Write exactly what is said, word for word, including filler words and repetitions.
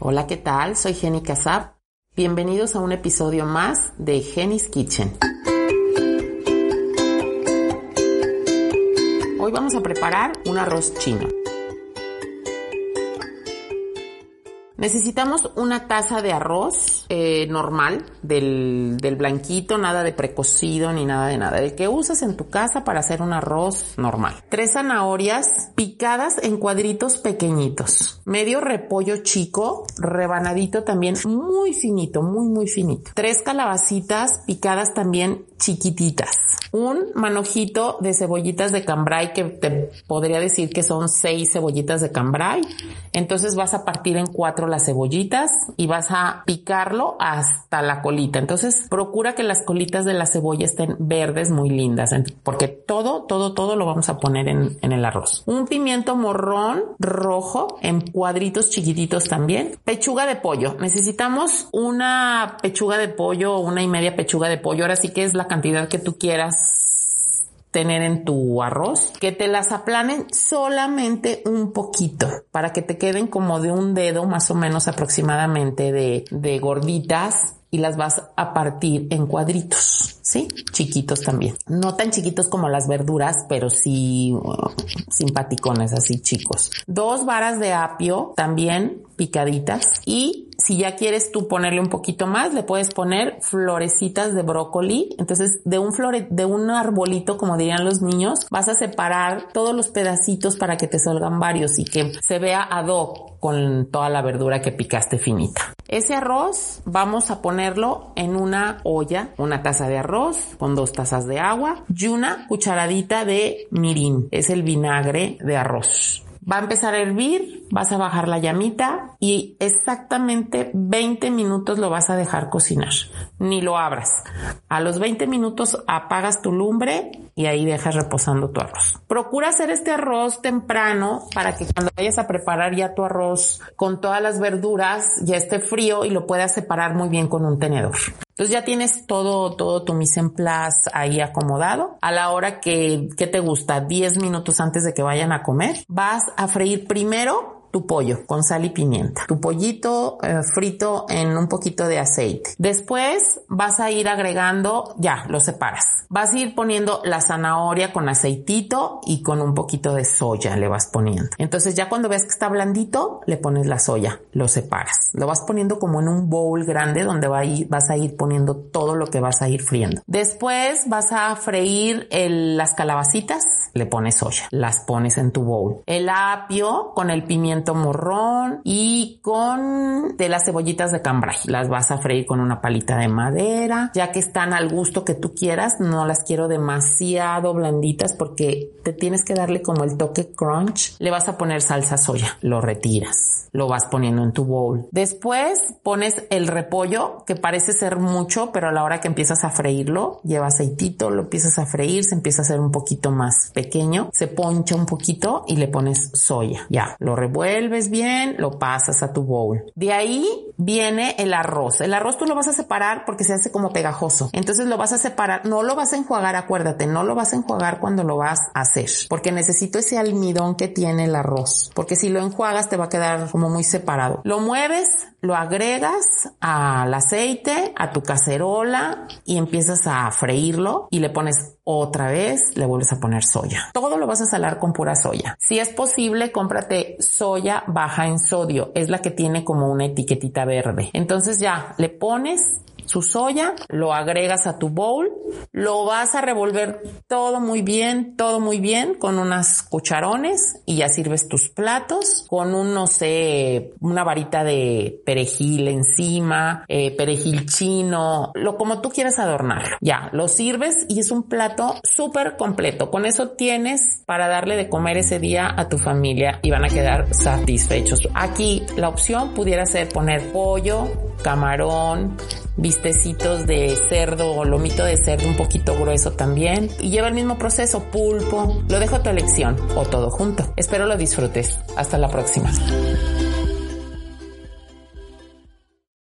Hola, ¿qué tal? Soy Jenny Casab. Bienvenidos a un episodio más de Jenny's Kitchen. Hoy vamos a preparar un arroz chino. Necesitamos una taza de arroz eh, normal, del, del blanquito, nada de precocido ni nada de nada. El que usas en tu casa para hacer un arroz normal. Tres zanahorias picadas en cuadritos pequeñitos. Medio repollo chico, rebanadito también muy finito, muy muy finito. Tres calabacitas picadas también chiquititas. Un manojito de cebollitas de cambray que te podría decir que son seis cebollitas de cambray. Entonces vas a partir en cuatro las cebollitas y vas a picarlo hasta la colita. Entonces procura que las colitas de la cebolla estén verdes, muy lindas, porque todo, todo, todo lo vamos a poner en, en el arroz. Un pimiento morrón rojo en cuadritos chiquititos también. Pechuga de pollo. Necesitamos una pechuga de pollo o una y media pechuga de pollo. Ahora sí que es la cantidad que tú quieras tener en tu arroz, que te las aplanen solamente un poquito para que te queden como de un dedo más o menos aproximadamente de, de gorditas, y las vas a partir en cuadritos, ¿sí? Chiquitos también. No tan chiquitos como las verduras, pero sí uh, simpaticones, así chicos. Dos varas de apio también picaditas, y si ya quieres tú ponerle un poquito más, le puedes poner florecitas de brócoli. Entonces de un flore, de un arbolito, como dirían los niños, vas a separar todos los pedacitos para que te salgan varios y que se vea ad hoc con toda la verdura que picaste finita. Ese arroz vamos a ponerlo en una olla, una taza de arroz con dos tazas de agua y una cucharadita de mirin, es el vinagre de arroz. Va a empezar a hervir, vas a bajar la llamita y exactamente veinte minutos lo vas a dejar cocinar. Ni lo abras. A los veinte minutos apagas tu lumbre y ahí dejas reposando tu arroz. Procura hacer este arroz temprano para que cuando vayas a preparar ya tu arroz con todas las verduras ya esté frío y lo puedas separar muy bien con un tenedor. Entonces ya tienes todo, todo tu mise en place ahí acomodado. A la hora que, que te gusta, diez minutos antes de que vayan a comer, vas a freír primero tu pollo con sal y pimienta. Tu pollito eh, frito en un poquito de aceite. Después vas a ir agregando, ya, lo separas. Vas a ir poniendo la zanahoria con aceitito y con un poquito de soya le vas poniendo. Entonces ya cuando ves que está blandito, le pones la soya, lo separas. Lo vas poniendo como en un bowl grande donde va a ir, vas a ir poniendo todo lo que vas a ir friendo. Después vas a freír el, las calabacitas, le pones soya, las pones en tu bowl. El apio con el pimiento morrón y con de las cebollitas de cambray. Las vas a freír con una palita de madera, ya que están al gusto que tú quieras. No las quiero demasiado blanditas porque te tienes que darle como el toque crunch. Le vas a poner salsa soya, lo retiras, lo vas poniendo en tu bowl. Después pones el repollo, que parece ser mucho, pero a la hora que empiezas a freírlo, lleva aceitito, lo empiezas a freír, se empieza a hacer un poquito más pequeño, se poncha un poquito y le pones soya. Ya, lo revuelves bien, lo pasas a tu bowl. De ahí viene el arroz. El arroz tú lo vas a separar porque se hace como pegajoso. Entonces lo vas a separar, no lo vas a enjuagar, acuérdate, no lo vas a enjuagar cuando lo vas a hacer, porque necesito ese almidón que tiene el arroz, porque si lo enjuagas te va a quedar como muy separado. Lo mueves, lo agregas al aceite, a tu cacerola y empiezas a freírlo y le pones otra vez, le vuelves a poner soya. Todo lo vas a salar con pura soya. Si es posible, cómprate soya baja en sodio. Es la que tiene como una etiquetita verde. Entonces ya le pones su soya, lo agregas a tu bowl, lo vas a revolver todo muy bien, todo muy bien con unas cucharones y ya sirves tus platos con un, no sé, una varita de perejil encima, eh, perejil chino, lo como tú quieras adornarlo. Ya, lo sirves y es un plato súper completo. Con eso tienes para darle de comer ese día a tu familia y van a quedar satisfechos. Aquí la opción pudiera ser poner pollo, camarón, bistecitos de cerdo o lomito de cerdo un poquito grueso también, y lleva el mismo proceso, pulpo. Lo dejo a tu elección o todo junto. Espero lo disfrutes. Hasta la próxima.